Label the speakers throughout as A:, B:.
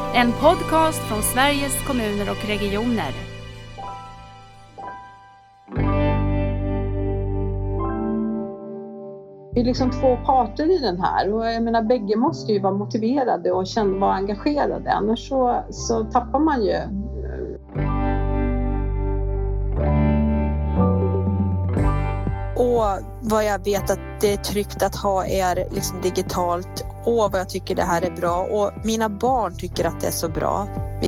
A: En podcast från Sveriges kommuner och regioner.
B: Det är liksom två parter i den här och jag menar bägge måste ju vara motiverade och vara engagerade, annars så tappar man ju.
C: Och vad jag vet att det är tryggt att ha är liksom digitalt, och vad jag tycker det här är bra, och mina barn tycker att det är så bra.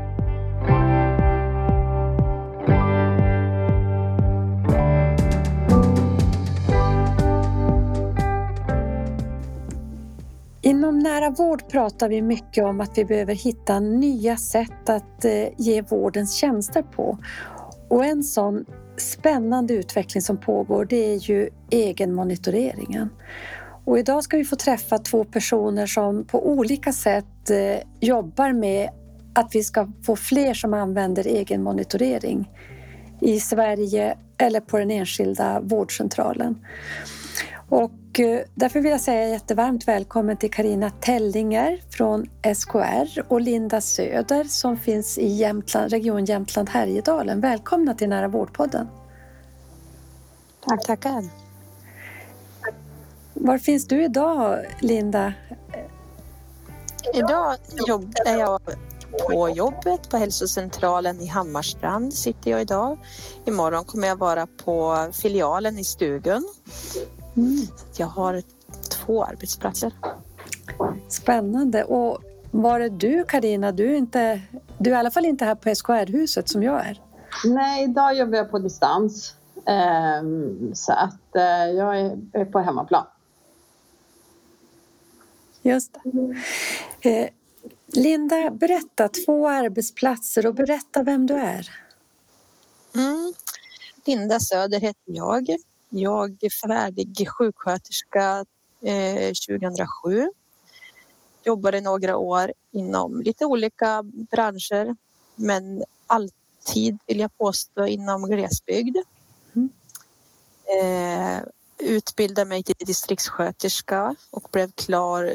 D: Inom nära vård pratar vi mycket om att vi behöver hitta nya sätt att ge vårdens tjänster på. Och en sån spännande utveckling som pågår, det är ju egenmonitoreringen. Och idag ska vi få träffa två personer som på olika sätt jobbar med att vi ska få fler som använder egenmonitorering i Sverige eller på den enskilda vårdcentralen. Och därför vill jag säga jättevarmt välkommen till Carina Tellinger från SKR och Linda Söder som finns i Jämtland, region Jämtland-Härjedalen. Välkomna till Nära vårdpodden.
C: Tackar.
D: Var finns du idag, Linda?
C: Idag är jag på jobbet på hälsocentralen i Hammarstrand sitter jag idag. Imorgon kommer jag vara på filialen i Stugun. Jag har 2 arbetsplatser.
D: Spännande. Och var är du, Carina? Du är i alla fall inte här på SKR-huset som jag är.
B: Nej, idag jobbar jag på distans. Så att jag är på hemmaplan.
D: Just det. Linda, berätta 2 arbetsplatser och berätta vem du är.
C: Linda Söder heter jag. Jag är färdig sjuksköterska 2007. Jobbade några år inom lite olika branscher, men alltid vill jag påstå inom glesbygd. Utbildade mig till distriktssköterska och blev klar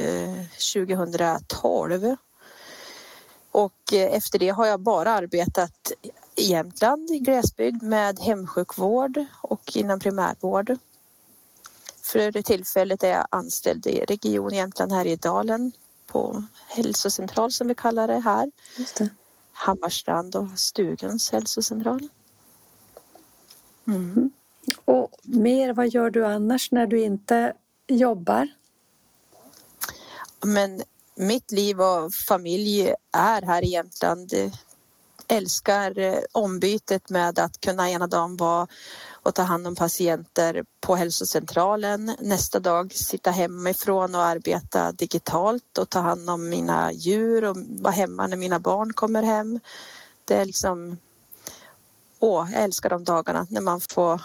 C: 2012. Och efter det har jag bara arbetat i Jämtland i glesbygd med hemsjukvård och inom primärvård. För det tillfället är jag anställd i region Jämtland-Härjedalen på hälsocentral som vi kallar det här.
D: Just det.
C: Hammarstrand och Stuguns hälsocentral.
D: Och mer, vad gör du annars när du inte jobbar?
C: Men mitt liv och familj är här i Jämtland. Älskar ombytet med att kunna ena dagen vara och ta hand om patienter på hälsocentralen. Nästa dag sitta hemifrån och arbeta digitalt och ta hand om mina djur och vara hemma när mina barn kommer hem. Det är liksom, jag älskar de dagarna när man får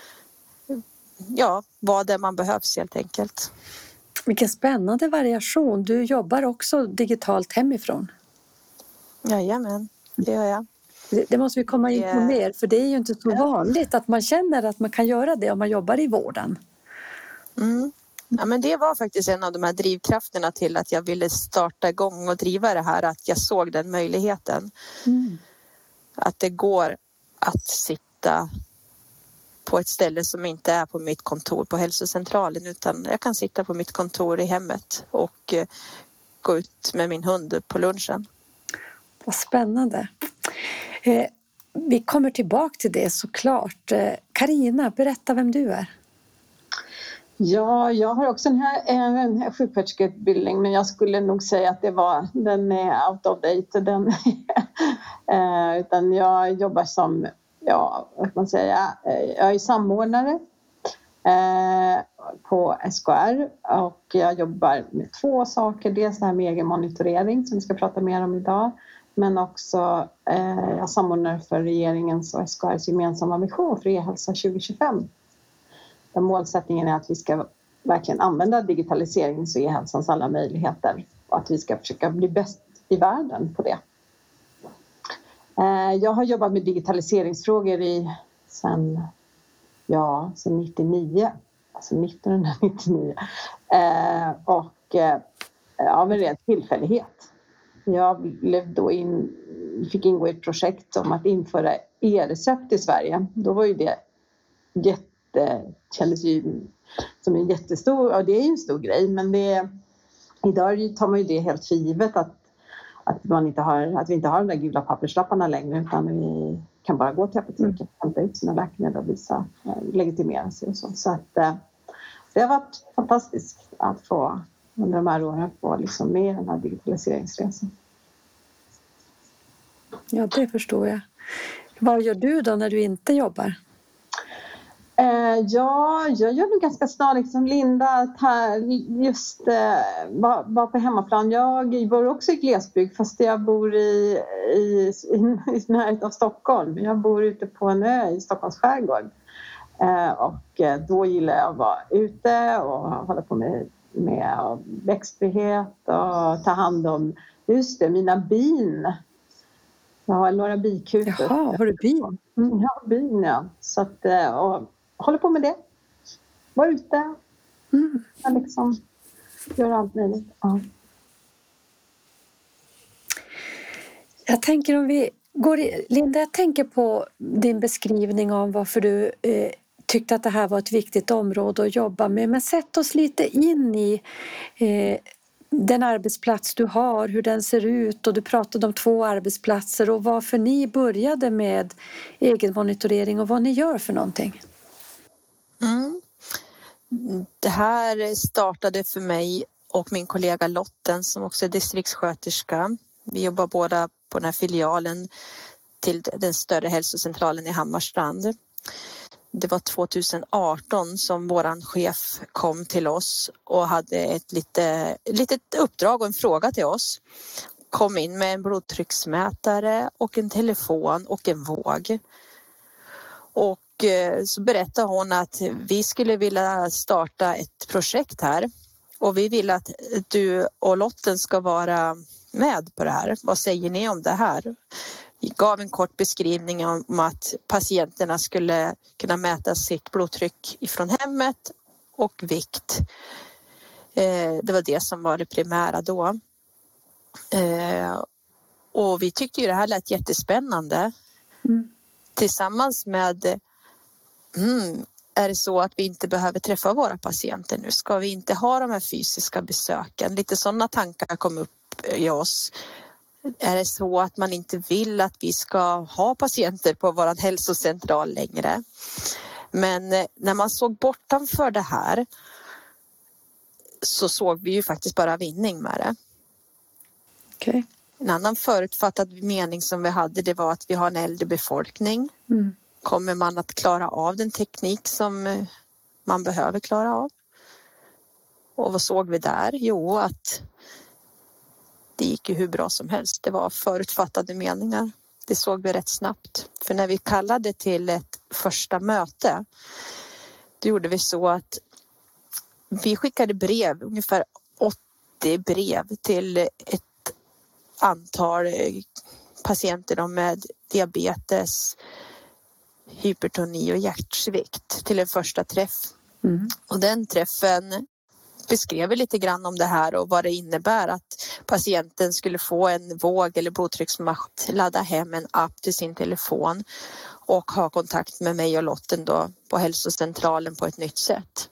C: vara där man behövs helt enkelt.
D: Vilken spännande variation. Du jobbar också digitalt hemifrån.
C: Jajamän, det gör jag.
D: Det måste vi komma in på mer, för det är ju inte så vanligt att man känner att man kan göra det om man jobbar i vården.
C: Ja, men det var faktiskt en av de här drivkrafterna till att jag ville starta igång och driva det här, att jag såg den möjligheten. Att det går att sitta på ett ställe som inte är på mitt kontor på hälsocentralen, utan jag kan sitta på mitt kontor i hemmet och gå ut med min hund på lunchen.
D: Vad spännande. Vi kommer tillbaka till det såklart. Carina, berätta vem du är.
B: Ja, jag har också en sjuksköterskeutbildning, men jag skulle nog säga att den är out of date. Utan jag jobbar som, vad kan man säga, jag är samordnare på SKR och jag jobbar med 2 saker. Dels det här med egenmonitorering som vi ska prata mer om idag, men också jag samordnar för regeringens och SKRs gemensamma vision för e-hälsa 2025. Där målsättningen är att vi ska verkligen använda digitaliserings- och e-hälsans alla möjligheter och att vi ska försöka bli bäst i världen på det. Jag har jobbat med digitaliseringsfrågor sedan 99, alltså 1999. Och av en ren tillfällighet. jag fick ingå i ett projekt om att införa e-recept i Sverige. Då var ju det kändes ju som en jättestor, och det är ju en stor grej, men idag tar man ju det helt för givet att vi inte har de där gula papperslapparna längre, utan vi kan bara gå till apoteket och hämta ut sina läkemedel och visa, legitimera sig och så. Så att det har varit fantastiskt att få under de här åren få liksom med den här digitaliseringsresan.
D: Ja, det förstår jag. Vad gör du då när du inte jobbar?
B: Ja, jag gör nog ganska snarlikt som Linda här, just var på hemmaplan. Jag bor också i glesbygd, fast jag bor i närheten av Stockholm. Jag bor ute på en ö i Stockholms skärgård. Och då gillar jag att vara ute och hålla på med växtlighet och ta hand om, mina bin. Jag har några bikutor.
D: Jaha, har du bin?
B: Jag har bin, ja. Så att, och håller på med det. Var ute. Jag liksom gör allt möjligt. Ja.
D: Jag tänker om vi går Linda, jag tänker på din beskrivning om varför du tyckte att det här var ett viktigt område att jobba med. Men sätt oss lite in i den arbetsplats du har, hur den ser ut, och du pratade om 2 arbetsplatser och varför ni började med egenmonitorering och vad ni gör för någonting.
C: Det här startade för mig och min kollega Lotten som också är distriktssköterska. Vi jobbar båda på den här filialen till den större hälsocentralen i Hammarstrand. Det var 2018 som våran chef kom till oss och hade ett litet uppdrag och en fråga till oss. Kom in med en blodtrycksmätare och en telefon och en våg. Och så berättade hon att vi skulle vilja starta ett projekt här. Och vi vill att du och Lotten ska vara med på det här. Vad säger ni om det här? Vi gav en kort beskrivning om att patienterna skulle kunna mäta sitt blodtryck ifrån hemmet och vikt. Det var det som var det primära då. Och vi tyckte ju det här lät jättespännande. Tillsammans med är det så att vi inte behöver träffa våra patienter nu? Ska vi inte ha de här fysiska besöken? Lite sådana tankar kom upp i oss. Är det så att man inte vill att vi ska ha patienter på vår hälsocentral längre? Men när man såg bortanför det här så såg vi ju faktiskt bara vinning med det.
D: Okay.
C: En annan förutfattad mening som vi hade, det var att vi har en äldre befolkning. Kommer man att klara av den teknik som man behöver klara av? Och vad såg vi där? Jo, att det gick ju hur bra som helst. Det var förutfattade meningar. Det såg vi rätt snabbt. För när vi kallade till ett första möte, då gjorde vi så att vi skickade brev, ungefär 80 brev till ett antal patienter med diabetes, hypertoni och hjärtsvikt till en första träff. Och den träffen beskrev lite grann om det här och vad det innebär att patienten skulle få en våg eller blodtrycksmatt, ladda hem en app till sin telefon och ha kontakt med mig och Lotten då på hälsocentralen på ett nytt sätt.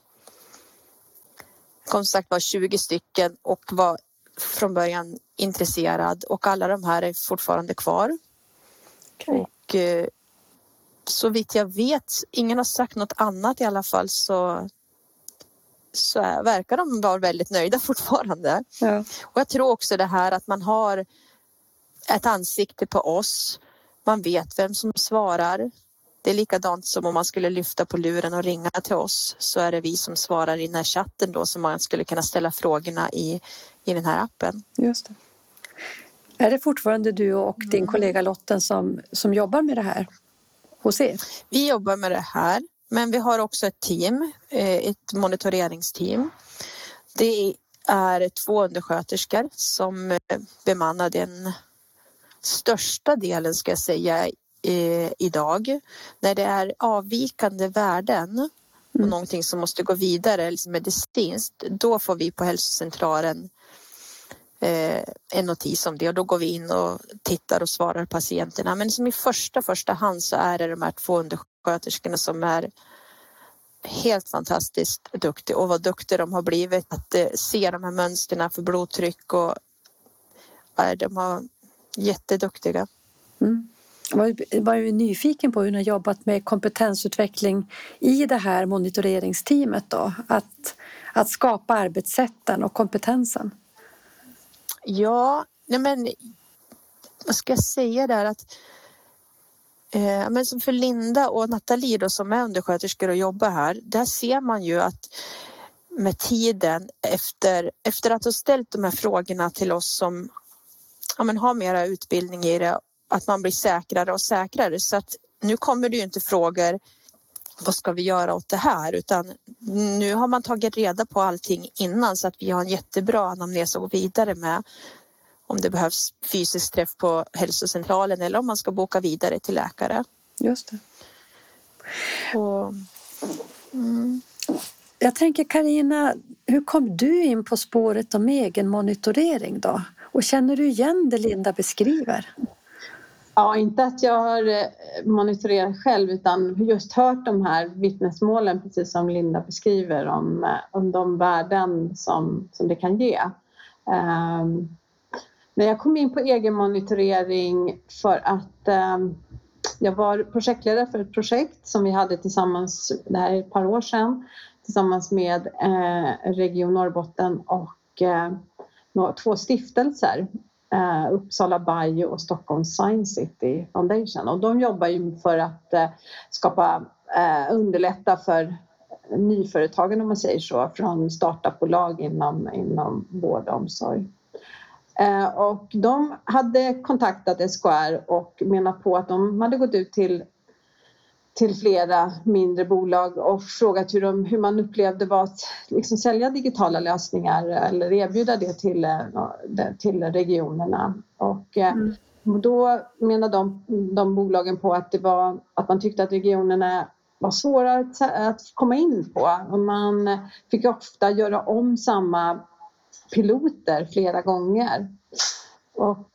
C: Som sagt var 20 stycken och var från början intresserad och alla de här är fortfarande kvar.
D: Okay.
C: Och så vitt jag vet, ingen har sagt något annat i alla fall, så verkar de vara väldigt nöjda fortfarande.
D: Ja.
C: Och jag tror också det här att man har ett ansikte på oss. Man vet vem som svarar. Det är likadant som om man skulle lyfta på luren och ringa till oss, så är det vi som svarar i den här chatten då, som man skulle kunna ställa frågorna i den här appen.
D: Just det. Är det fortfarande du och din kollega Lotten som jobbar med det här hos er?
C: Vi jobbar med det här, men vi har också ett team, ett monitoreringsteam. Det är 2 undersköterskor som bemannar den största delen, ska jag säga, idag. När det är avvikande värden och någonting som måste gå vidare liksom medicinskt, då får vi på hälsocentralen en notis om det och då går vi in och tittar och svarar patienterna. Men som i första hand så är det de här 2 undersköterskorna som är helt fantastiskt duktiga och vad duktiga de har blivit att se de här mönsterna för blodtryck och de har jätteduktiga.
D: Jag var ju nyfiken på hur ni har jobbat med kompetensutveckling i det här monitoreringsteamet då, att skapa arbetssätten och kompetensen.
C: Ja, men vad ska jag säga där att men som för Linda och Nathalie då, som är undersköterskor och jobbar här, där ser man ju att med tiden efter att ha ställt de här frågorna till oss som har mera utbildning i det, att man blir säkrare och säkrare. Så att nu kommer det ju inte frågor vad ska vi göra åt det här, utan nu har man tagit reda på allting innan så att vi har en jättebra anamnes att gå vidare med om det behövs fysisk träff på hälsocentralen eller om man ska boka vidare till läkare.
D: Just det. Jag tänker Carina, hur kom du in på spåret om egenmonitorering då? Och känner du igen det Linda beskriver?
B: Ja, inte att jag har monitorerat själv utan just hört de här vittnesmålen precis som Linda beskriver om de värden som det kan ge. Men jag kom in på egenmonitorering för att jag var projektledare för ett projekt som vi hade tillsammans, det här är ett par år sedan, tillsammans med Region Norrbotten och 2 stiftelser. Uppsala Bio och Stockholm Science City Foundation. Och de jobbar ju för att underlätta för nyföretagen om man säger så, från startupbolag inom vård och omsorg. Och de hade kontaktat SKR och menat på att de hade gått ut till flera mindre bolag och frågat hur man upplevde var att liksom sälja digitala lösningar eller erbjuda det till regionerna. Och då menade de bolagen på att det var att man tyckte att regionerna var svåra att komma in på. Och man fick ofta göra om samma piloter flera gånger. Och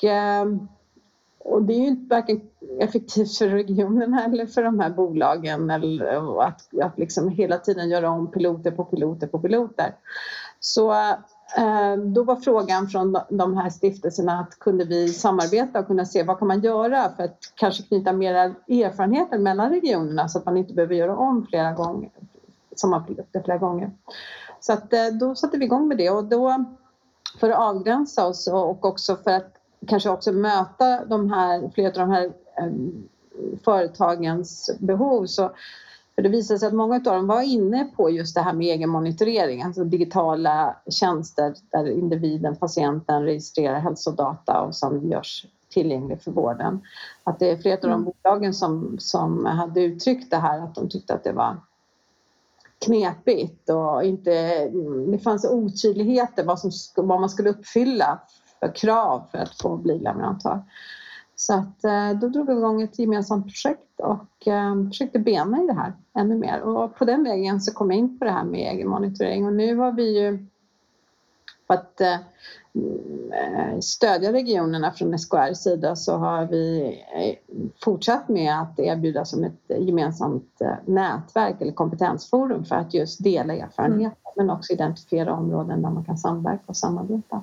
B: det är ju inte varken effektivt för regionerna eller för de här bolagen eller att liksom hela tiden göra om piloter på piloter. Så då var frågan från de här stiftelserna att kunde vi samarbeta och kunna se vad kan man göra för att kanske knyta mer erfarenheter mellan regionerna så att man inte behöver göra om samma piloter flera gånger. Så att då satte vi igång med det och då för att avgränsa oss och också för att kanske också möta flera av de här företagens behov. För det visade sig att många av dem var inne på just det här med egenmonitorering. Alltså digitala tjänster där individen, patienten registrerar hälsodata och som görs tillgänglig för vården. Att det är flera av de bolagen som hade uttryckt det här att de tyckte att det var knepigt och det fanns otydligheter vad man skulle uppfylla för krav för att få bli leverantör. Så att då drog vi igång ett gemensamt projekt och försökte bena i det här ännu mer. Och på den vägen så kom jag in på det här med egenmonitorering. Och nu har vi ju för att stödja regionerna från SKR:s sida så har vi fortsatt med att erbjuda som ett gemensamt nätverk eller kompetensforum för att just dela erfarenheter men också identifiera områden där man kan samverka och samarbeta.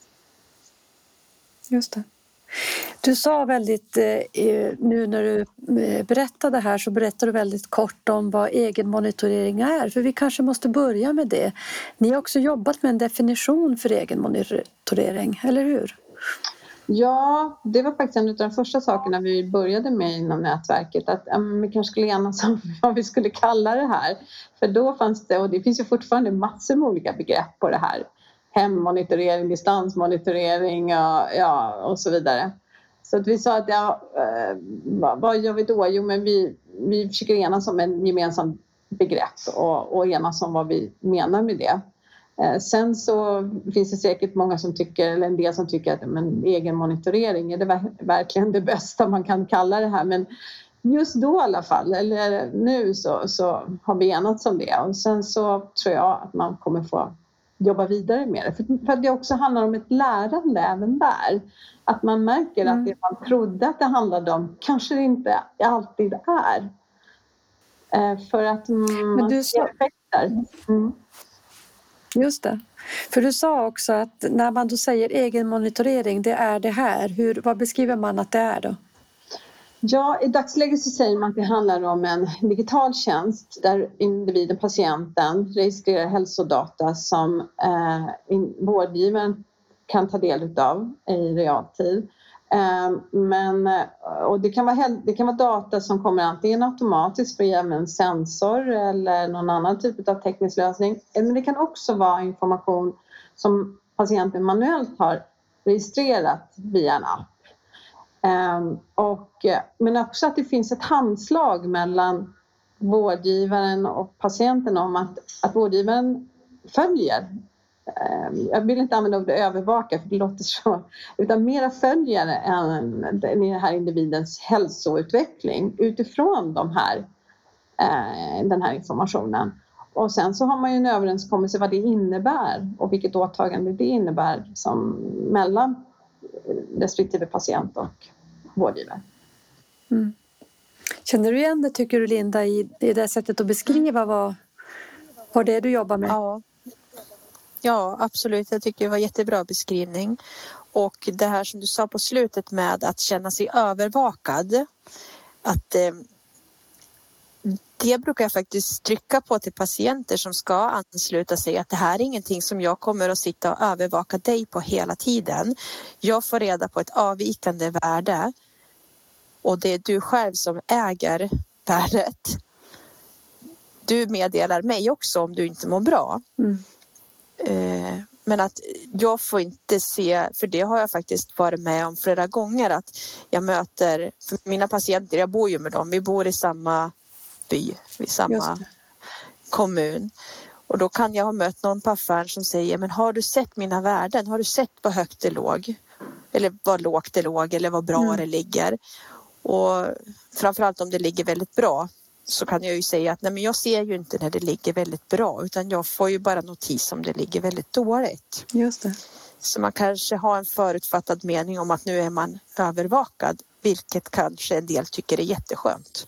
D: Just det. Du sa väldigt, nu när du berättade här så berättade du väldigt kort om vad egenmonitorering är. För vi kanske måste börja med det. Ni har också jobbat med en definition för egenmonitorering, eller hur?
B: Ja, det var faktiskt en av de första sakerna vi började med inom nätverket. Att vi kanske skulle enas om vad vi skulle kalla det här. För då fanns det, och det finns ju fortfarande massor med olika begrepp på det här. Hemmonitorering, distansmonitorering och så vidare. Så att vi sa att vad gör vi då? Jo, men vi försöker enas om en gemensam begrepp och enas om vad vi menar med det. Sen så finns det säkert många som tycker, eller en del som tycker att egenmonitorering är det verkligen det bästa man kan kalla det här. Men just då i alla fall, eller nu så har vi enats om det. Och sen så tror jag att man kommer få jobba vidare med det. För att det också handlar om ett lärande även där. Att man märker att det man trodde att det handlade om kanske det inte alltid är. För att man ser effekter.
D: Just det. För du sa också att när man då säger egen monitorering, det är det här. Vad beskriver man att det är då?
B: Ja, i dagsläget så säger man att det handlar om en digital tjänst där individen, patienten, registrerar hälsodata som vårdgivaren kan ta del av i realtid. Och det kan vara data som kommer antingen automatiskt via en sensor eller någon annan typ av teknisk lösning. Men det kan också vara information som patienten manuellt har registrerat via en app. Men också att det finns ett handslag mellan vårdgivaren och patienten om att vårdgivaren följer. Jag vill inte använda ordet övervaka för det låter så, utan mera följer den här individens hälsoutveckling utifrån den här informationen. Och sen så har man ju en överenskommelse vad det innebär och vilket åtagande det innebär mellan respektive patient och vårdgivare.
D: Känner du igen det, tycker du, Linda, i det sättet att beskriva vad det är du jobbar med?
C: Ja, absolut. Jag tycker det var jättebra beskrivning. Och det här som du sa på slutet med att känna sig övervakad, att det brukar jag faktiskt trycka på till patienter som ska ansluta sig, att det här är ingenting som jag kommer att sitta och övervaka dig på hela tiden. Jag får reda på ett avvikande värde och det är du själv som äger värdet. Du meddelar mig också om du inte mår bra. Men att jag får inte se, för det har jag faktiskt varit med om flera gånger, att jag möter för mina patienter, jag bor ju med dem, vi bor i samma by, i samma kommun, och då kan jag ha mött någon på affären som säger, men har du sett mina värden, har du sett vad högt det låg eller vad lågt det låg eller vad bra det ligger, och framförallt om det ligger väldigt bra så kan jag ju säga att nej, men jag ser ju inte när det ligger väldigt bra, utan jag får ju bara notis om det ligger väldigt dåligt.
D: Just det.
C: Så man kanske har en förutfattad mening om att nu är man övervakad, vilket kanske en del tycker är jätteskönt.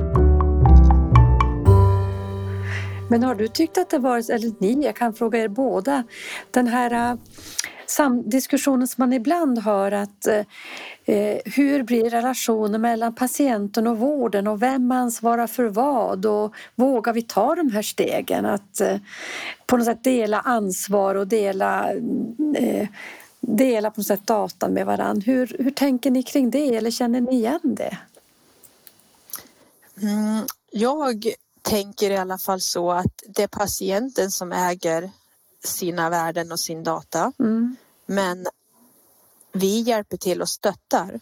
D: Men har du tyckt att det varit, eller jag kan fråga er båda, den här diskussionen som man ibland hör att hur blir relationen mellan patienten och vården och vem ansvarar för vad, och vågar vi ta de här stegen att på något sätt dela ansvar och dela på något sätt data med varandra. Hur tänker ni kring det, eller känner ni igen det?
C: Jag tänker i alla fall så att det är patienten som äger sina värden och sin data. Men vi hjälper till och stöttar.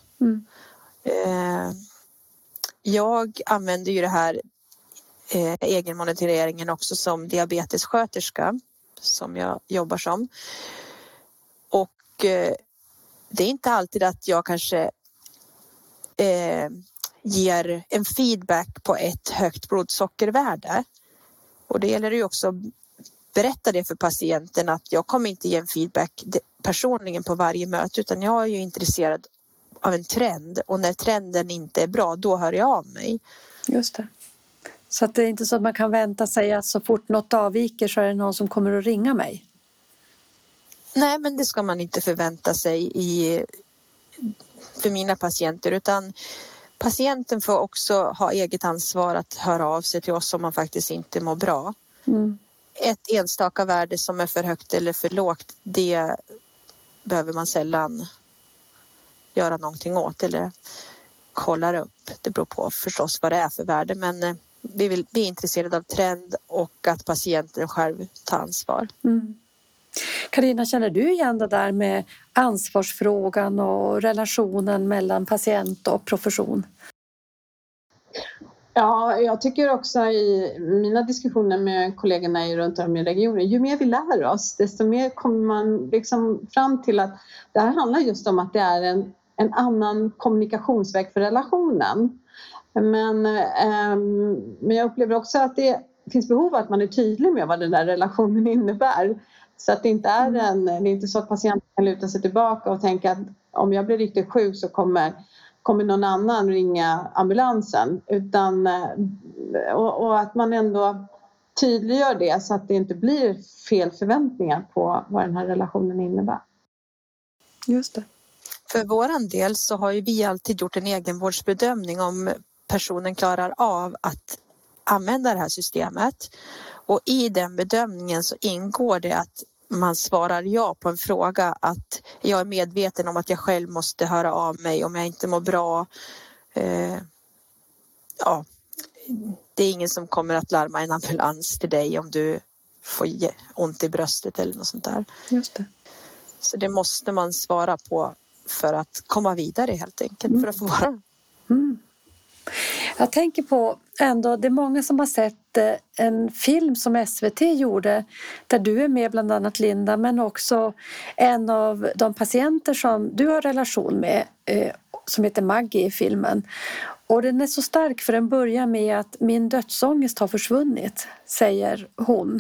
C: Jag använder ju det här egenmonitoreringen också som diabetessköterska som jag jobbar som. Och det är inte alltid att jag kanske ger en feedback på ett högt blodsockervärde. Och det gäller ju också att berätta det för patienten att jag kommer inte ge en feedback personligen på varje möte, utan jag är ju intresserad av en trend, och när trenden inte är bra då hör jag av mig. Just det.
D: Så att det är inte så att man kan vänta sig att så fort något avviker så är det någon som kommer att ringa mig?
C: Nej, men det ska man inte förvänta sig för mina patienter, utan patienten får också ha eget ansvar att höra av sig till oss om man faktiskt inte mår bra. Ett enstaka värde som är för högt eller för lågt, det behöver man sällan göra någonting åt eller kolla upp. Det beror på förstås vad det är för värde, men vi är intresserade av trend och att patienten själv tar ansvar.
D: Carina, känner du igen det där med ansvarsfrågan och relationen mellan patient och profession?
B: Ja, jag tycker också i mina diskussioner med kollegorna runt om i regionen, ju mer vi lär oss, desto mer kommer man liksom fram till att det här handlar just om att det är en annan kommunikationsväg för relationen. Men jag upplever också att det finns behov av att man är tydlig med vad den där relationen innebär. Så att det inte är det är inte så att patienten kan luta sig tillbaka och tänka att om jag blir riktigt sjuk så kommer någon annan ringa ambulansen. Utan, och att man ändå tydliggör det så att det inte blir fel förväntningar på vad den här relationen innebär.
D: Just det.
C: För våran del så har ju vi alltid gjort en egenvårdsbedömning om personen klarar av att använda det här systemet. Och i den bedömningen så ingår det att man svarar ja på en fråga, att jag är medveten om att jag själv måste höra av mig om jag inte mår bra. Ja, det är ingen som kommer att larma en ambulans till dig om du får ont i bröstet eller något sånt där.
D: Just det.
C: Så det måste man svara på för att komma vidare helt enkelt, för att få vara.
D: Jag tänker på ändå, det är många som har sett en film som SVT gjorde där du är med, bland annat Linda, men också en av de patienter som du har relation med som heter Maggie i filmen. Och den är så stark för den börjar med att min dödsångest har försvunnit, säger hon.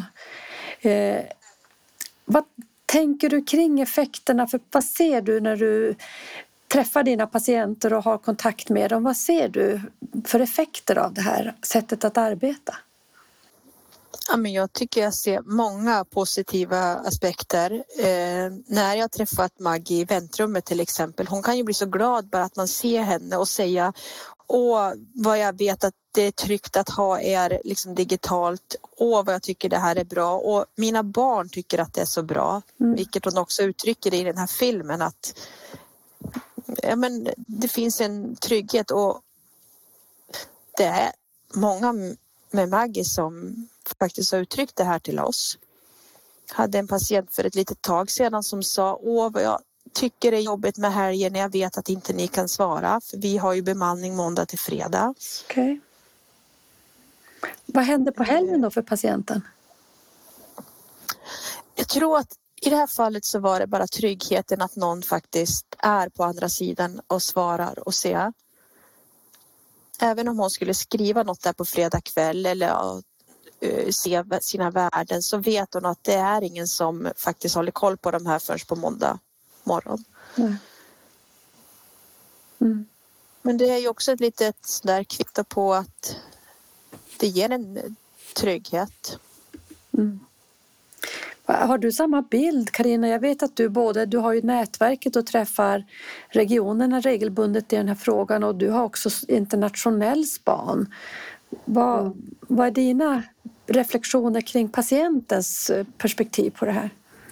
D: Vad tänker du kring effekterna? För vad ser du när du träffar dina patienter och har kontakt med dem? Vad ser du för effekter av det här sättet att arbeta?
C: Ja, men jag tycker jag ser många positiva aspekter. När jag har träffat Maggie i väntrummet till exempel, hon kan ju bli så glad bara att man ser henne och säga vad jag vet att det är tryggt att ha er liksom digitalt. Vad jag tycker det här är bra. Och mina barn tycker att det är så bra. Vilket hon också uttrycker i den här filmen, att men det finns en trygghet. Och det är många med Maggie som faktiskt har uttryckt det här till oss. Jag hade en patient för ett litet tag sedan som sa: vad jag tycker det är jobbigt med helgen när jag vet att inte ni kan svara. För vi har ju bemanning måndag till fredag.
D: Okej. Vad händer på helgen då för patienten?
C: Jag tror att i det här fallet så var det bara tryggheten att någon faktiskt är på andra sidan och svarar och ser. Även om hon skulle skriva något där på fredag kväll eller se sina värden, så vet hon att det är ingen som faktiskt håller koll på de här förrän på måndag morgon. Men det är ju också ett litet där kvitto på att det ger en trygghet.
D: Har du samma bild, Carina? Jag vet att du har ju nätverket och träffar regionerna regelbundet i den här frågan, och du har också internationell span. Vad är dina reflektioner kring patientens perspektiv på det här?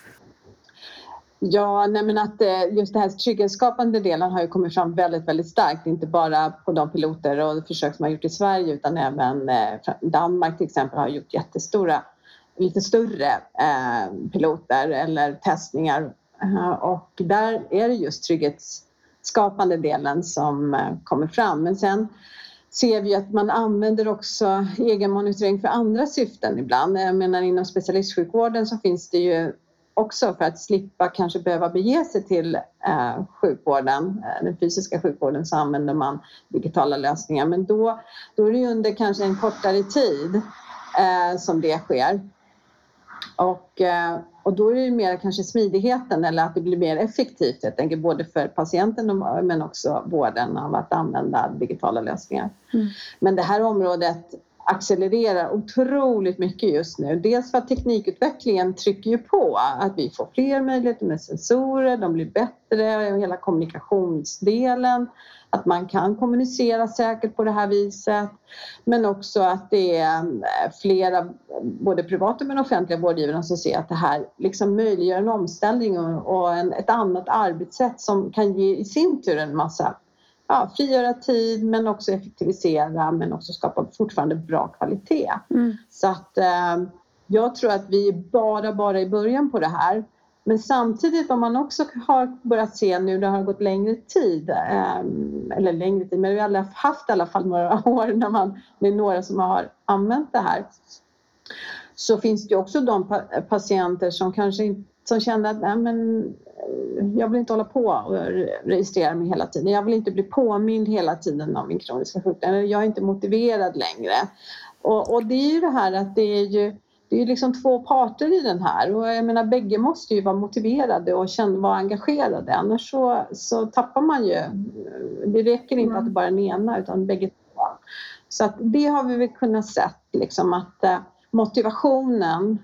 B: Ja, men att just det här trygghetsskapande delen har ju kommit fram väldigt, väldigt starkt. Inte bara på de piloter och försök som har gjort i Sverige, utan även Danmark till exempel har gjort lite större piloter eller testningar. Och där är det just trygghetsskapande delen som kommer fram. Men sen ser vi att man använder också egenmonitorering för andra syften ibland. Jag menar, inom specialistsjukvården så finns det ju också, för att slippa kanske behöva bege sig till sjukvården, den fysiska sjukvården, så använder man digitala lösningar. Men då är det ju under kanske en kortare tid som det sker. Och då är det ju mer kanske smidigheten, eller att det blir mer effektivt, jag tänker, både för patienten men också vården, av att använda digitala lösningar. Men det här området accelererar otroligt mycket just nu. Dels för att teknikutvecklingen trycker ju på att vi får fler möjligheter med sensorer, de blir bättre, och hela kommunikationsdelen, att man kan kommunicera säkert på det här viset. Men också att det är flera, både privata men offentliga vårdgivare, som ser att det här liksom möjliggör en omställning och ett annat arbetssätt som kan ge i sin tur en massa frigöra tid, men också effektivisera, men också skapa fortfarande bra kvalitet. Så att jag tror att vi är bara i början på det här. Men samtidigt, om man också har börjat se nu, det har gått längre tid, men vi har haft i alla fall några år när det är några som har använt det här. Så finns det ju också de patienter som kanske som känner att jag vill inte hålla på och registrera mig hela tiden. Jag vill inte bli påmind hela tiden om min kroniska sjukdom. Jag är inte motiverad längre. Och det är ju det här att det det är ju liksom två parter i den här och jag menar bägge måste ju vara motiverade och vara engagerade, annars så tappar man ju, det räcker inte att det bara är den ena utan bägge två. Så att det har vi väl kunnat sett liksom att motivationen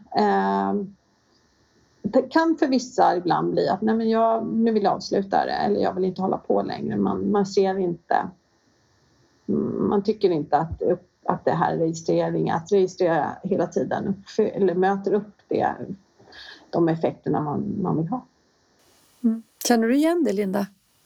B: det kan för vissa ibland bli att nej men nu vill jag avsluta det eller jag vill inte hålla på längre, man ser inte, man tycker inte att det här registrering, att registrera hela tiden eller möter upp de effekterna man vill ha.
D: Känner du igen det, Linda?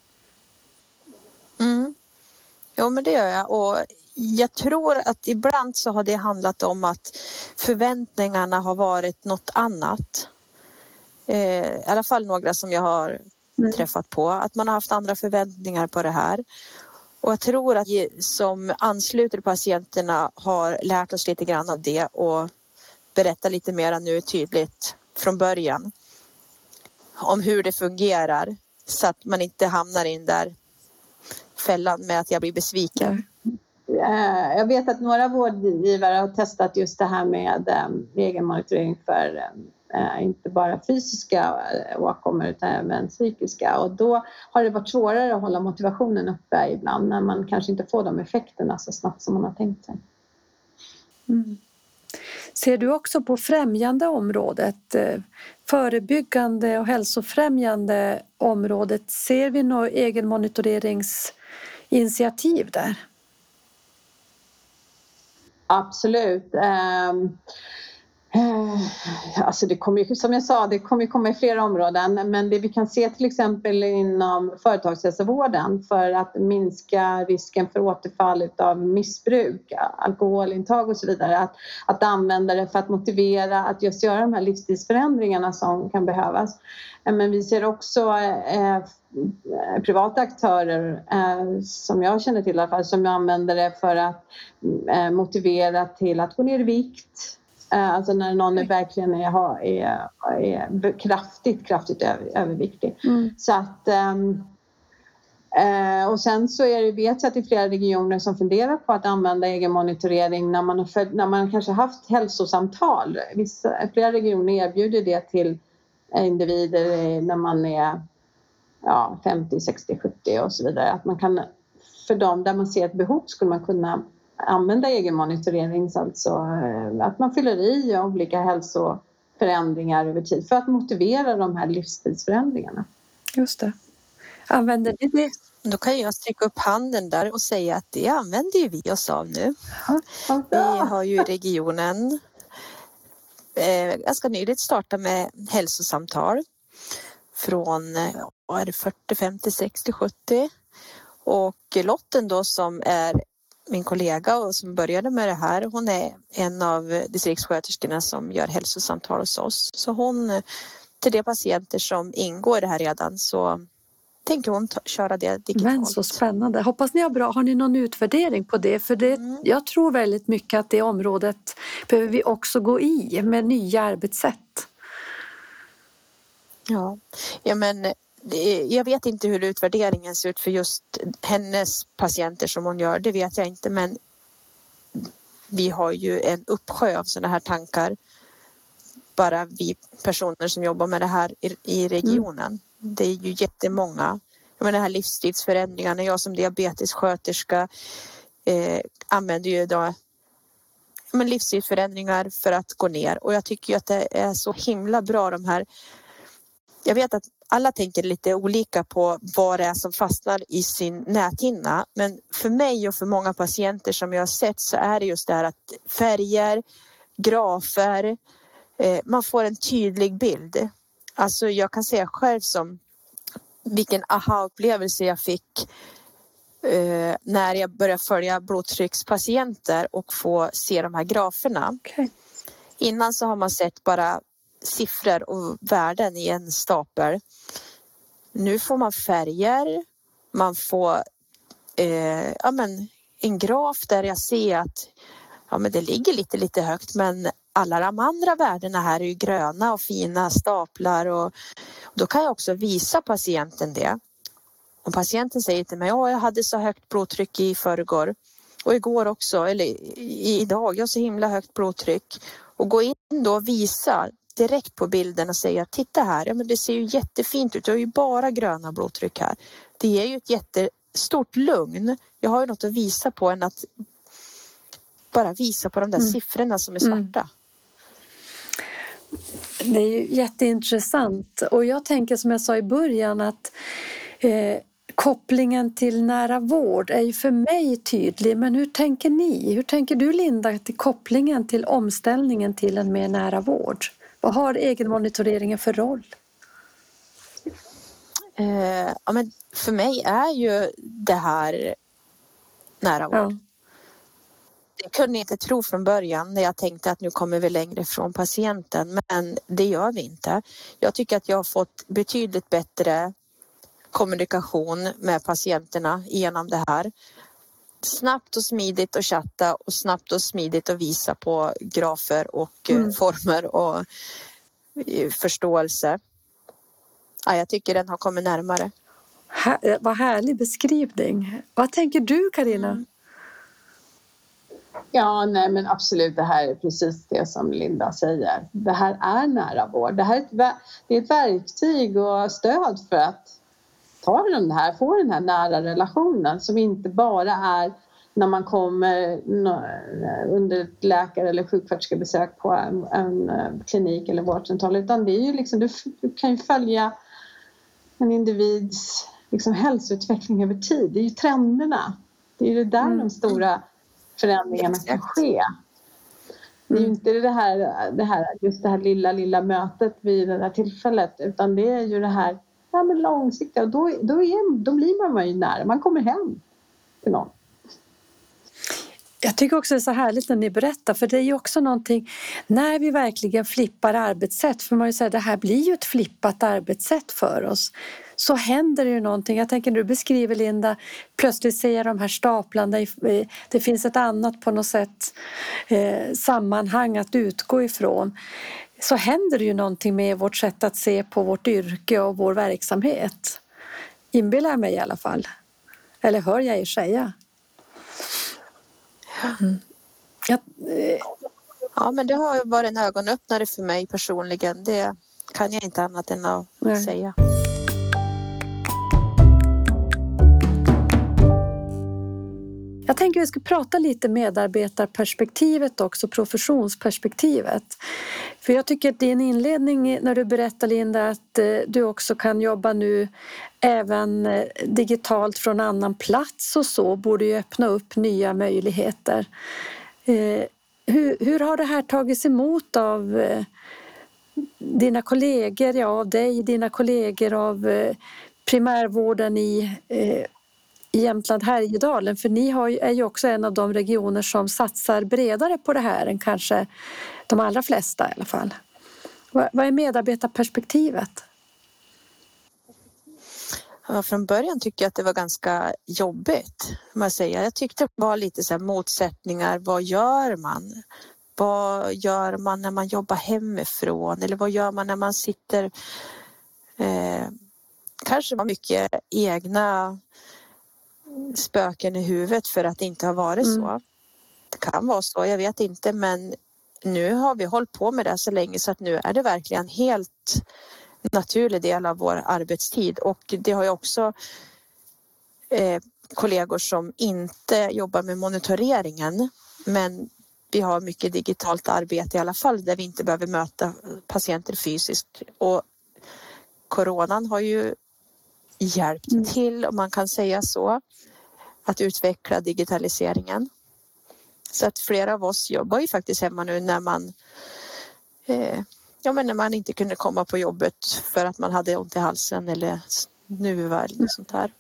C: Jo, men det gör jag. Och jag tror att ibland så har det handlat om att förväntningarna har varit något annat. I alla fall några som jag har träffat på. Att man har haft andra förväntningar på det här. Och jag tror att vi som ansluter patienterna har lärt oss lite grann av det och berätta lite mer nu tydligt från början om hur det fungerar så att man inte hamnar in där fällan med att jag blir besviken.
B: Jag vet att några vårdgivare har testat just det här med egenmonitorering för inte bara fysiska åkommor utan även psykiska, och då har det varit svårare att hålla motivationen uppe ibland när man kanske inte får de effekterna så snabbt som man har tänkt sig.
D: Ser du också på främjande området, förebyggande och hälsofrämjande området, ser vi några egenmonitoreringsinitiativ där?
B: Absolut. Alltså det kommer ju, som jag sa, det kommer komma i flera områden, men det vi kan se till exempel inom företagshälsovården för att minska risken för återfall av missbruk, alkoholintag och så vidare, att använda det för att motivera att just göra de här livsstilsförändringarna som kan behövas. Men vi ser också privata aktörer som jag känner till i alla fall, som använder det för att motivera till att gå ner i vikt. Alltså när någon verkligen är kraftigt överviktig. Så att, och sen så vet jag att det är flera regioner som funderar på att använda egenmonitorering när man kanske haft hälsosamtal. Flera regioner erbjuder det till individer när man är 50, 60, 70 och så vidare. Att man kan, för dem där man ser ett behov skulle man kunna använda egenmonitorering, alltså att man fyller i olika hälsoförändringar över tid för att motivera de här livsstilsförändringarna.
D: Just det. Använder ni det?
C: Då kan jag sträcka upp handen där och säga att det använder ju vi oss av nu. Vi har ju i regionen ganska nyligt startat med hälsosamtal från 40, 50, 60, 70. Och Lotten då som är min kollega och som började med det här, hon är en av distriktssköterskorna som gör hälsosamtal hos oss. Så hon, till de patienter som ingår i det här redan, så tänker hon köra det digitalt.
D: Men så spännande. Hoppas ni har bra. Har ni någon utvärdering på det? För det, jag tror väldigt mycket att det området behöver vi också gå i med nya arbetssätt.
C: Ja men jag vet inte hur utvärderingen ser ut för just hennes patienter som hon gör. Det vet jag inte, men vi har ju en uppsjö av sådana här tankar. Bara vi personer som jobbar med det här i regionen. Det är ju jättemånga. Jag menar, det här livsstilsförändringarna. Jag som diabetessköterska använder ju idag livsstilsförändringar för att gå ner. Och jag tycker ju att det är så himla bra de här. Jag vet att alla tänker lite olika på vad det är som fastnar i sin näthinna. Men för mig och för många patienter som jag har sett så är det just det här att färger, grafer, man får en tydlig bild. Alltså jag kan säga själv som vilken aha-upplevelse jag fick när jag började följa blodtryckspatienter och få se de här graferna.
D: Okay.
C: Innan så har man sett bara siffror och värden i en stapel. Nu får man färger, man får en graf där jag ser att det ligger lite högt, men alla de andra värdena här är ju gröna och fina staplar, och då kan jag också visa patienten det. Om patienten säger till mig, jag hade så högt blodtryck i förrgår och igår också, eller idag, jag har så himla högt blodtryck, och gå in ändå visa direkt på bilden och säga titta här, ja, men det ser ju jättefint ut. Du har ju bara gröna blodtryck här. Det är ju ett jättestort lugn. Jag har ju något att visa på än att bara visa på de där siffrorna som är svarta.
D: Det är ju jätteintressant. Och jag tänker som jag sa i början att kopplingen till nära vård är ju för mig tydlig. Men hur tänker ni? Hur tänker du, Linda, till kopplingen till omställningen till en mer nära vård? Vad har egenmonitoreringen för roll?
C: Ja, men för mig är ju det här nära vård.
D: Ja.
C: Jag kunde inte tro från början när jag tänkte att nu kommer vi längre från patienten, men det gör vi inte. Jag tycker att jag har fått betydligt bättre kommunikation med patienterna genom det här. Snabbt och smidigt att chatta och snabbt och smidigt att visa på grafer och former och förståelse. Ja, jag tycker den har kommit närmare.
D: Vad härlig beskrivning. Vad tänker du, Carina?
B: Ja, nej men absolut, det här är precis det som Linda säger. Det här är nära vård. Det är ett verktyg och stöd för att få den här nära relationen som inte bara är när man kommer under ett läkare- eller sjuksköterskebesök på en klinik eller vårdcentral, utan det är ju liksom, du kan ju följa en individs liksom hälsoutveckling över tid. Det är ju trenderna. Det är ju där de stora förändringarna kan ske. Det är ju inte just det här lilla mötet vid det här tillfället, utan det är ju det här långsiktiga, och då blir man ju nära. Man kommer hem till någon.
D: Jag tycker också det är så härligt när ni berättar, för det är ju också någonting när vi verkligen flippar arbetssätt, för man ju säger det här blir ju ett flippat arbetssätt för oss, så händer det ju någonting. Jag tänker du beskriver, Linda, plötsligt ser de här staplarna, det finns ett annat på något sätt sammanhang att utgå ifrån. Så händer det ju någonting med vårt sätt att se på vårt yrke och vår verksamhet. Inbillar jag mig i alla fall. Eller hör jag er säga?
C: Ja, men det har varit en ögonöppnare för mig personligen. Det kan jag inte annat än att säga.
D: Jag tänker att vi ska prata lite medarbetarperspektivet också, professionsperspektivet. För jag tycker att din inledning när du berättar, Linda, att du också kan jobba nu även digitalt från annan plats och så, borde ju öppna upp nya möjligheter. Hur har det här tagits emot av dina kollegor, av dig, dina kollegor, av primärvården i Jämtland Härjedalen? För ni är ju också en av de regioner som satsar bredare på det här än kanske de allra flesta i alla fall. Vad är medarbetarperspektivet?
C: Ja, från början tycker jag att det var ganska jobbigt. Jag tyckte det var lite så här motsättningar. Vad gör man? Vad gör man när man jobbar hemifrån? Eller vad gör man när man sitter... kanske var mycket egna spöken i huvudet för att det inte har varit så. Det kan vara så, jag vet inte, men nu har vi hållit på med det så länge så att nu är det verkligen helt naturlig del av vår arbetstid, och det har ju också kollegor som inte jobbar med monitoreringen, men vi har mycket digitalt arbete i alla fall där vi inte behöver möta patienter fysiskt, och coronan har ju hjälpt till, om man kan säga så, att utveckla digitaliseringen. Så att flera av oss jobbar ju faktiskt hemma nu när man inte kunde komma på jobbet för att man hade ont i halsen eller snuva eller sånt där.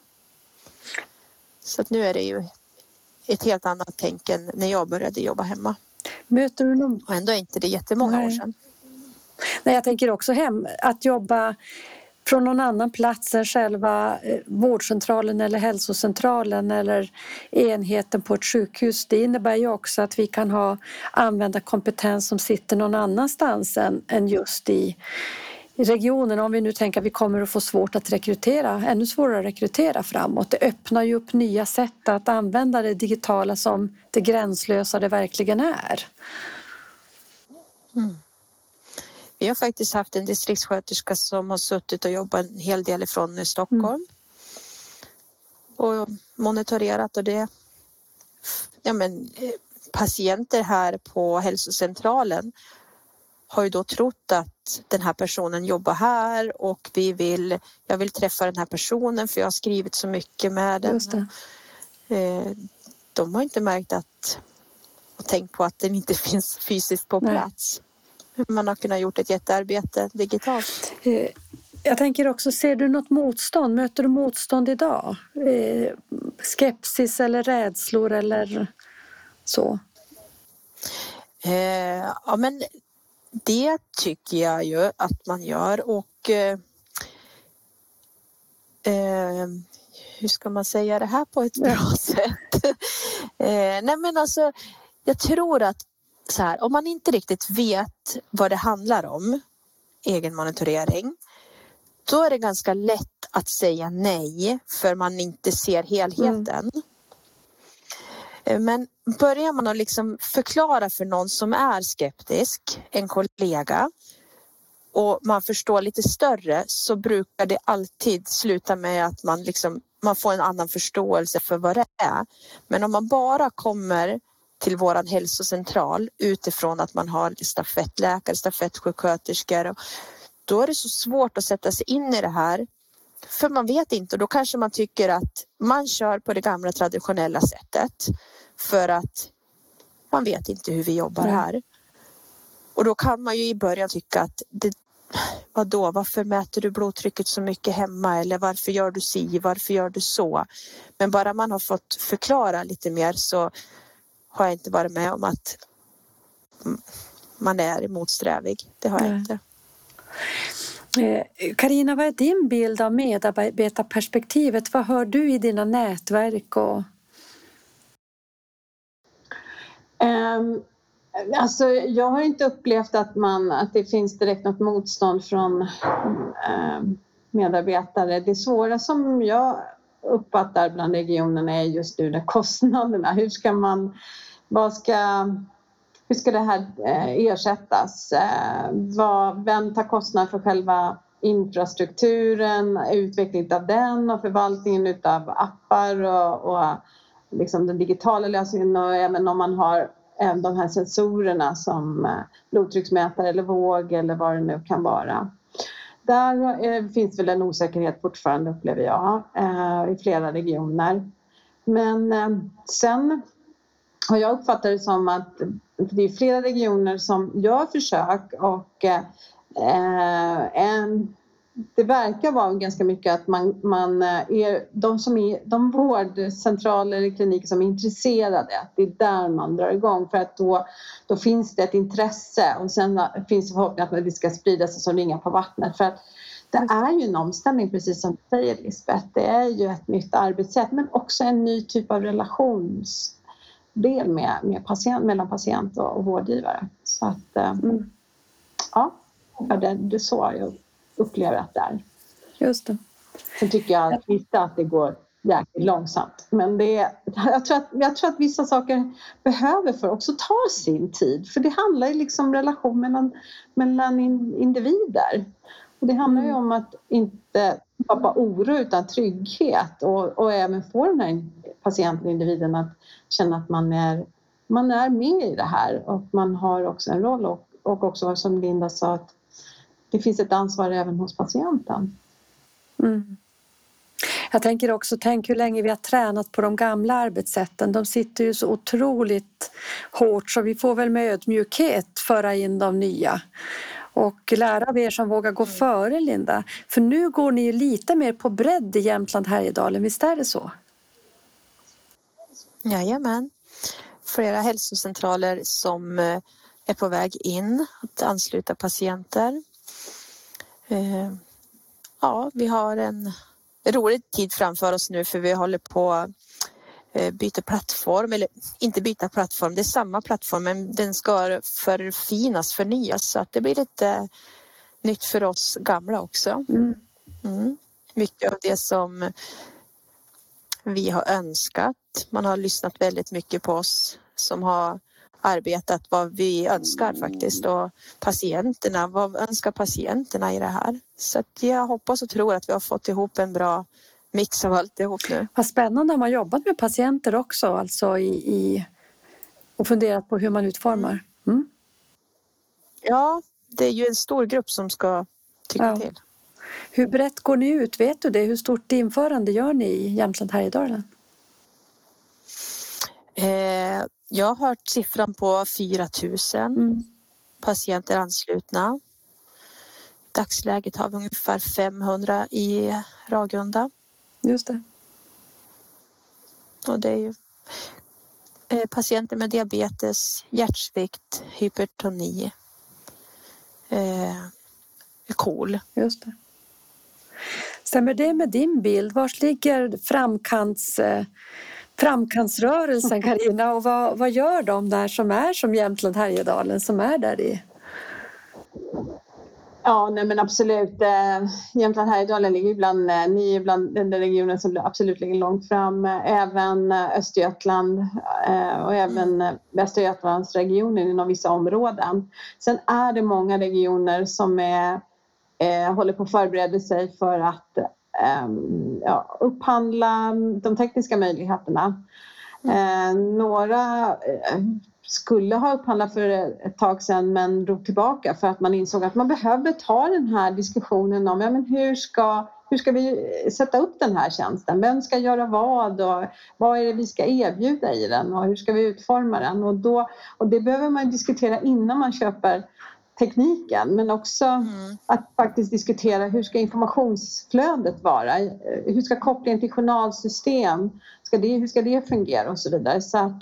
C: Så att nu är det ju ett helt annat tänk än när jag började jobba hemma.
D: Möter du någon?
C: Och ändå är inte det jättemånga år sedan.
D: Nej, jag tänker också att jobba från någon annan plats än själva vårdcentralen eller hälsocentralen eller enheten på ett sjukhus. Det innebär ju också att vi kan använda kompetens som sitter någon annanstans än just i regionen. Om vi nu tänker att vi kommer att få ännu svårare att rekrytera framåt. Det öppnar ju upp nya sätt att använda det digitala som det gränslösa det verkligen är.
C: Vi har faktiskt haft en distriktssköterska som har suttit och jobbat en hel del ifrån Stockholm. Och monitorerat och det. Patienter här på hälsocentralen har ju då trott att den här personen jobbar här och jag vill träffa den här personen för jag har skrivit så mycket med den.
D: Just det.
C: De har inte märkt och tänkt på att den inte finns fysiskt på plats. Man har kunnat gjort ett jättearbete digitalt.
D: Jag tänker också, ser du något motstånd? Möter du motstånd idag? Skepsis eller rädslor eller så?
C: Ja, men det tycker jag ju att man gör och hur ska man säga det här på ett bra sätt? Nej men alltså, jag tror att så här, om man inte riktigt vet vad det handlar om, egenmonitorering, då är det ganska lätt att säga nej för man inte ser helheten. Men börjar man att liksom förklara för någon som är skeptisk, en kollega, och man förstår lite större, så brukar det alltid sluta med att man får en annan förståelse för vad det är. Men om man bara kommer till våran hälsocentral utifrån att man har stafettläkare, stafettsjuksköterskor, då är det så svårt att sätta sig in i det här. För man vet inte, och då kanske man tycker att man kör på det gamla traditionella sättet för att man vet inte hur vi jobbar här. Och då kan man ju i början tycka att varför mäter du blodtrycket så mycket hemma, eller varför gör du si, varför gör du så? Men bara man har fått förklara lite mer så har jag inte varit med om att man är motsträvig. Det har jag inte.
D: Carina, vad är din bild av medarbetarperspektivet? Vad hör du i dina nätverk?
B: Alltså, jag har inte upplevt att det finns direkt något motstånd från medarbetare. Det svåra som jag uppfattar bland regionerna är just nu kostnaderna. Hur ska det här ersättas? Vem tar kostnad för själva infrastrukturen, utvecklingen av den och förvaltningen av appar och liksom den digitala lösningen, och även om man har de här sensorerna som blodtrycksmätare eller våg eller vad det nu kan vara. Där finns väl en osäkerhet fortfarande, upplever jag, i flera regioner. Men sen har jag uppfattat det som att det är flera regioner som gör försök och det verkar vara ganska mycket att man är de vårdcentraler eller kliniker som är intresserade, det är där man drar igång, för att då finns det ett intresse, och sen finns det förhoppning att det ska sprida sig som ringar på vattnet, för att det är ju en omställning, precis som du säger, Lisbeth. Det är ju ett nytt arbetssätt, men också en ny typ av relationsdel mellan patient och vårdgivare. Så att ja, det är så jag upplever att det är.
D: Just det.
B: Sen tycker jag inte att det går jäkligt långsamt. Men jag tror att vissa saker behöver för också ta sin tid. För det handlar ju liksom relation mellan individer. Och det handlar ju om att inte skapa oro utan trygghet. Och även få den här patienten, individen, att känna att man är med i det här. Och man har också en roll. Och också, som Linda sa, att det finns ett ansvar även hos patienten.
D: Jag tänker också, tänk hur länge vi har tränat på de gamla arbetssätten. De sitter ju så otroligt hårt, så vi får väl med ödmjukhet föra in de nya. Och lära av er som vågar gå före, Linda. För nu går ni ju lite mer på bredd i Jämtland, Härjedalen. Visst är det så?
C: Jajamän. Flera hälsocentraler som är på väg in att ansluta patienter. Ja, vi har en rolig tid framför oss nu, för vi håller på att byta plattform, eller inte byta plattform, det är samma plattform, men den ska förnyas, så att det blir lite nytt för oss gamla också. Mycket av det som vi har önskat. Man har lyssnat väldigt mycket på oss som har arbetat vad vi önskar faktiskt och patienterna, vad önskar patienterna i det här. Så att jag hoppas och tror att vi har fått ihop en bra mix av alltihop nu.
D: Vad spännande om man jobbat med patienter också, alltså och funderat på hur man utformar. Mm.
C: Ja, det är ju en stor grupp som ska tycka till.
D: Hur brett går ni ut? Vet du det? Hur stort införande gör ni i Jämtland Härjedalen?
C: Jag har hört siffran på 4 000 patienter anslutna. I dagsläget har vi ungefär 500 i Ragunda.
D: Just det.
C: Och det är ju patienter med diabetes, hjärtsvikt, hypertoni, KOL.
D: Just det. Stämmer det med din bild? Var ligger framkantsrörelsen, Carina? Och vad gör de där som är som Jämtland Härjedalen som är där i?
B: Ja, nej men absolut. Jämtland Härjedalen ligger bland den regionen som absolut ligger långt fram. Även Östergötland och även Västra Götalandsregionen inom vissa områden. Sen är det många regioner som håller på att förbereda sig för att upphandla de tekniska möjligheterna. Några skulle ha upphandlat för ett tag sedan men drog tillbaka för att man insåg att man behövde ta den här diskussionen om hur ska vi sätta upp den här tjänsten? Vem ska göra vad och vad är det vi ska erbjuda i den och hur ska vi utforma den? Och det behöver man diskutera innan man köper tekniken, men också att faktiskt diskutera hur ska informationsflödet vara? Hur ska kopplingen till journalsystem, hur ska det fungera och så vidare. Så att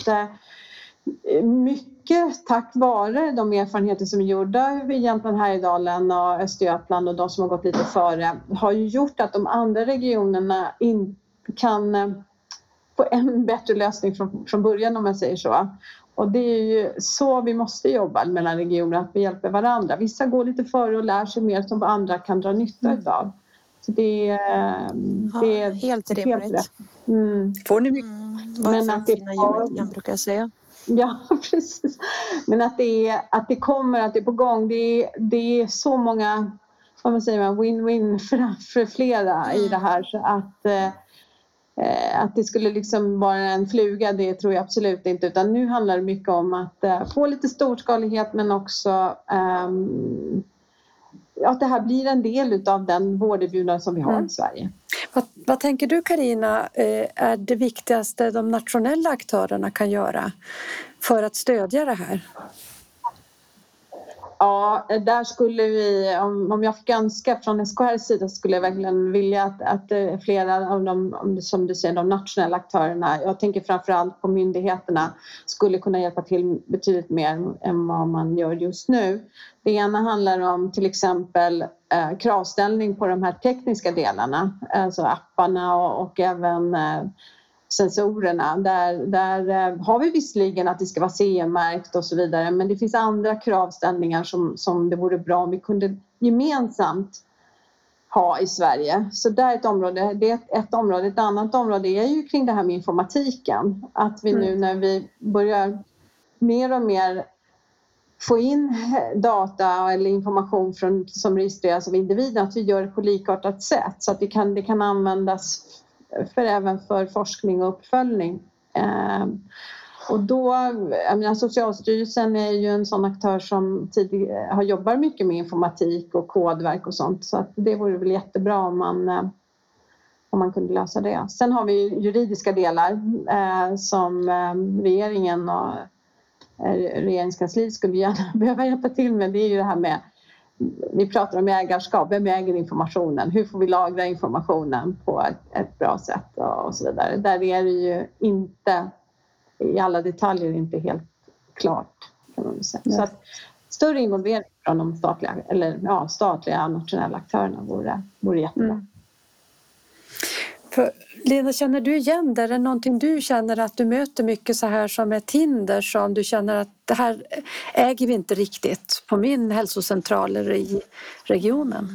B: mycket tack vare de erfarenheter som är gjorda i Jämtland Härjedalen och Östergötland och de som har gått lite före har ju gjort att de andra regionerna kan få en bättre lösning från början, om jag säger så. Och det är ju så vi måste jobba mellan regioner, att vi hjälper varandra. Vissa går lite före och lär sig mer som andra kan dra nytta av. Så det är
C: helt rimligt.
D: Får ni mycket?
C: Men att det jag brukar säga.
B: Ja, precis. Men att det är på gång. Det är så många, vad man säger, win-win för flera i det här. Så att det skulle liksom vara en fluga, det tror jag absolut inte. Utan nu handlar det mycket om att få lite storskalighet, men också att det här blir en del av den vårderbjudande som vi har i Sverige.
D: Vad tänker du, Carina, är det viktigaste de nationella aktörerna kan göra för att stödja det här?
B: Ja, där skulle vi, om jag fick önska från SKR:s sida, skulle jag verkligen vilja att flera av de, som du säger, de nationella aktörerna, jag tänker framförallt på myndigheterna, skulle kunna hjälpa till betydligt mer än vad man gör just nu. Det ena handlar om till exempel kravställning på de här tekniska delarna, alltså apparna och även sensorerna. Där har vi visserligen att det ska vara CE-märkt och så vidare, men det finns andra kravställningar som det vore bra om vi kunde gemensamt ha i Sverige. Så det är ett område. Det är ett område. Ett annat område är ju kring det här med informatiken. Att vi nu när vi börjar mer och mer få in data eller information som registreras av individen, att vi gör det på likartat sätt så att det kan användas även för forskning och uppföljning. Och då, jag menar, Socialstyrelsen är ju en sån aktör som tidigare har jobbat mycket med informatik och kodverk och sånt, så att det vore väl jättebra om man kunde lösa det. Sen har vi juridiska delar som regeringen och regeringskansliet skulle gärna behöva hjälpa till med. Det är ju det här med, vi pratar om ägarskap, vem äger informationen? Hur får vi lagra informationen på ett bra sätt och så vidare. Där är det ju inte i alla detaljer inte helt klart, kan man säga. Så att större involvering från de statliga nationella aktörerna vore jättebra.
D: För, Lena, känner du igen det? Är det någonting du känner att du möter mycket så här som ett hinder, som du känner att det här äger vi inte riktigt på min hälsocentral eller i regionen?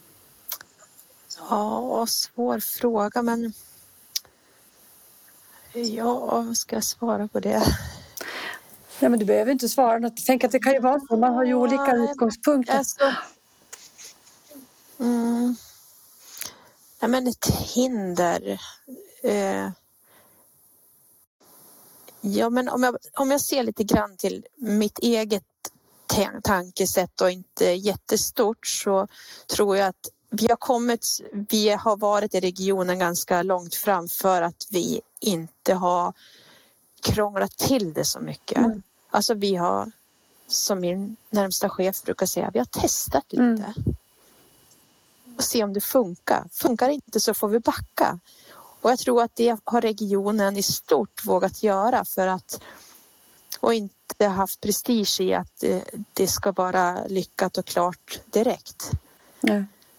C: Ja, svår fråga, men Ja, vad ska jag svara på det?
D: Ja, men du behöver inte svara något. Jag tänker att det kan ju vara så. Man har ju olika utgångspunkter.
C: Alltså, ja, men ett hinder. Ja, men om jag ser lite grann till mitt eget tankesätt och inte jättestort, så tror jag att vi har varit i regionen ganska långt fram för att vi inte har krånglat till det så mycket. Alltså vi har, som min närmsta chef brukar säga, vi har testat lite. Och se om det funkar. Funkar det inte så får vi backa. Och jag tror att det har regionen i stort vågat göra för att, och inte haft prestige i att det ska vara lyckat och klart direkt.
D: Ja.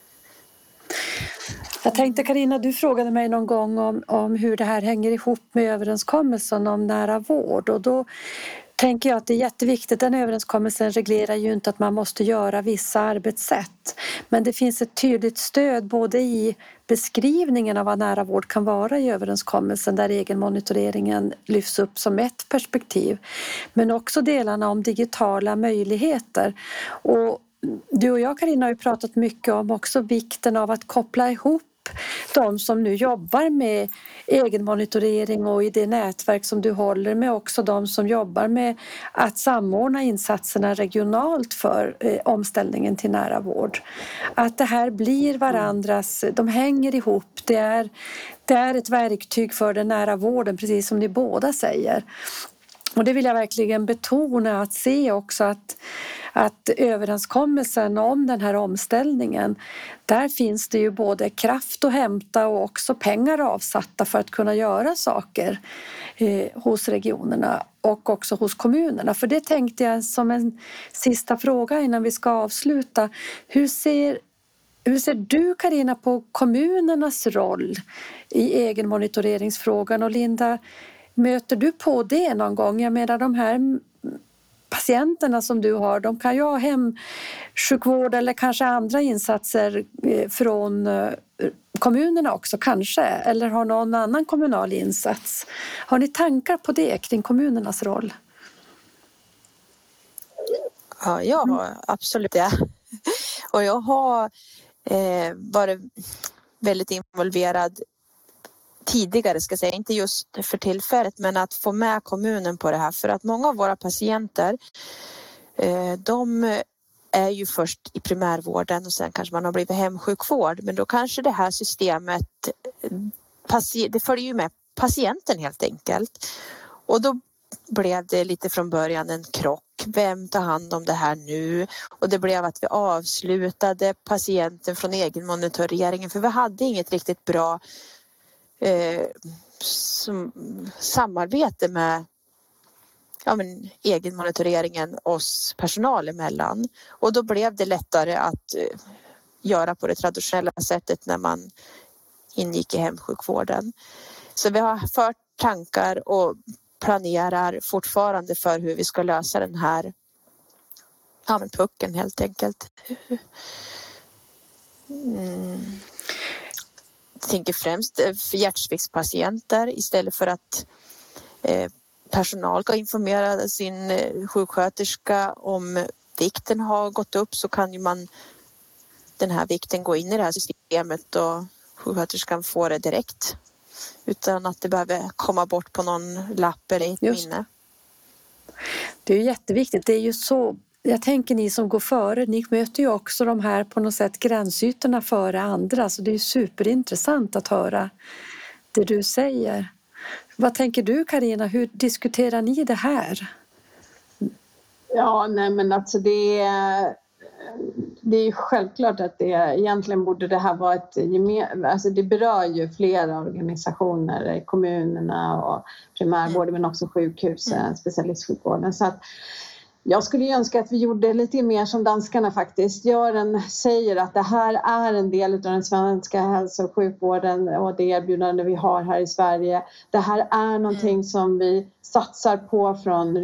D: Jag tänkte, Carina, du frågade mig någon gång om hur det här hänger ihop med överenskommelsen om nära vård, och då tänker jag att det är jätteviktigt. Den överenskommelsen reglerar ju inte att man måste göra vissa arbetssätt, men det finns ett tydligt stöd både i beskrivningen av vad nära vård kan vara i överenskommelsen, där egenmonitoreringen lyfts upp som ett perspektiv, men också delarna om digitala möjligheter. Och du och jag, Carina, har ju pratat mycket om också vikten av att koppla ihop de som nu jobbar med egenmonitorering och i det nätverk som du håller med, också de som jobbar med att samordna insatserna regionalt för omställningen till nära vård. Att det här blir varandras, de hänger ihop, det är ett verktyg för den nära vården, precis som ni båda säger. Och det vill jag verkligen betona, att se också att överenskommelsen om den här omställningen, där finns det ju både kraft att hämta och också pengar avsatta för att kunna göra saker hos regionerna och också hos kommunerna. För det tänkte jag som en sista fråga innan vi ska avsluta. Hur ser du, Carina, på kommunernas roll i egenmonitoreringsfrågan? Och Linda, möter du på det någon gång? Jag menar, de här patienterna som du har, de kan ju ha hemsjukvård eller kanske andra insatser från kommunerna också kanske, eller har någon annan kommunal insats. Har ni tankar på det kring kommunernas roll?
C: Ja, jag har absolut det. Och jag har varit väldigt involverad tidigare, ska jag säga, inte just för tillfället, men att få med kommunen på det här, för att många av våra patienter de är ju först i primärvården och sen kanske man har blivit hemsjukvård, men då kanske det här systemet det följer ju med patienten helt enkelt, och då blev det lite från början en krock. Vem tar hand om det här nu? Och det blev att vi avslutade patienten från egenmonitoreringen, för vi hade inget riktigt bra samarbete med egenmonitoreringen oss personal emellan. Och då blev det lättare att göra på det traditionella sättet när man ingick i hemsjukvården. Så vi har fört tankar och planerar fortfarande för hur vi ska lösa den här pucken helt enkelt. Jag tänker främst för hjärtsviktspatienter, istället för att personal ska informera sin sjuksköterska om vikten har gått upp, så kan ju den här vikten gå in i det här systemet och sjuksköterskan får det direkt utan att det behöver komma bort på någon lapp eller ett minne.
D: Det är ju jätteviktigt. Det är ju så, jag tänker, ni som går före, ni möter ju också de här på något sätt gränsytorna före andra, så det är ju superintressant att höra det du säger. Vad tänker du, Carina? Hur diskuterar ni det här?
B: Ja, nej men alltså det är ju självklart att egentligen borde det här vara alltså det berör ju flera organisationer, kommunerna och primärvården, men också sjukhusen, specialistsjukvården. Så att jag skulle önska att vi gjorde lite mer som danskarna faktiskt säger, att det här är en del av den svenska hälso- och sjukvården och det erbjudande vi har här i Sverige. Det här är någonting som vi satsar på från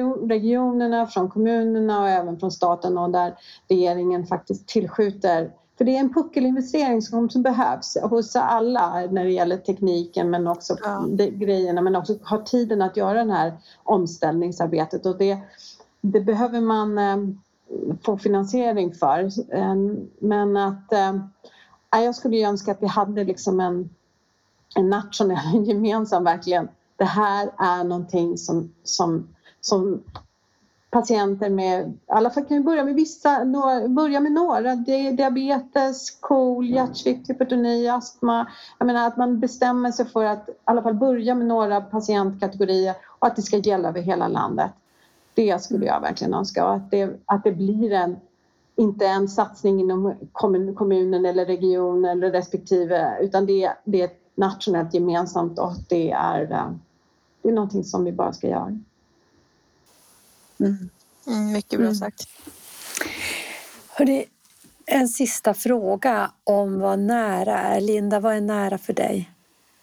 B: regionerna, från kommunerna och även från staten, och där regeringen faktiskt tillskjuter För det är en puckelinvestering som behövs hos alla när det gäller tekniken, men också grejerna, men också ha tiden att göra det här omställningsarbetet. Och det behöver man få finansiering för. Men att jag skulle ju önska att vi hade liksom en nationell, gemensam verkligen. Det här är någonting som patienter med, i alla fall kan vi börja med några, diabetes, KOL, hjärtsvikt, hypertoni, astma. Jag menar att man bestämmer sig för att i alla fall börja med några patientkategorier och att det ska gälla över hela landet. Det skulle jag verkligen önska, och att det blir inte en satsning inom kommunen eller regionen eller respektive, utan det är ett nationellt gemensamt, och det är någonting som vi bara ska göra.
C: Mycket bra sagt.
D: Hörrni, en sista fråga om vad nära är. Linda, vad är nära för dig?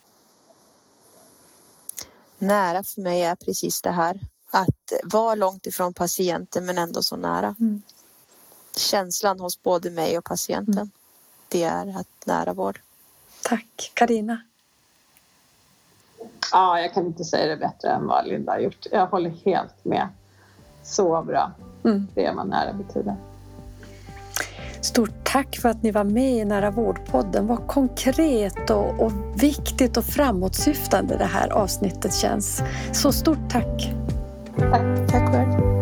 C: Nära för mig är precis det här. Att vara långt ifrån patienten men ändå så nära. Känslan hos både mig och patienten. Det är att nära vård.
D: Tack. Carina?
B: Ja, jag kan inte säga det bättre än vad Linda har gjort. Jag håller helt med. Så bra. Det är vad nära betyder.
D: Stort tack för att ni var med i Nära vårdpodden. Vad konkret och viktigt och framåtsyftande det här avsnittet känns. Så stort tack.
B: Tack.
C: Tack själv.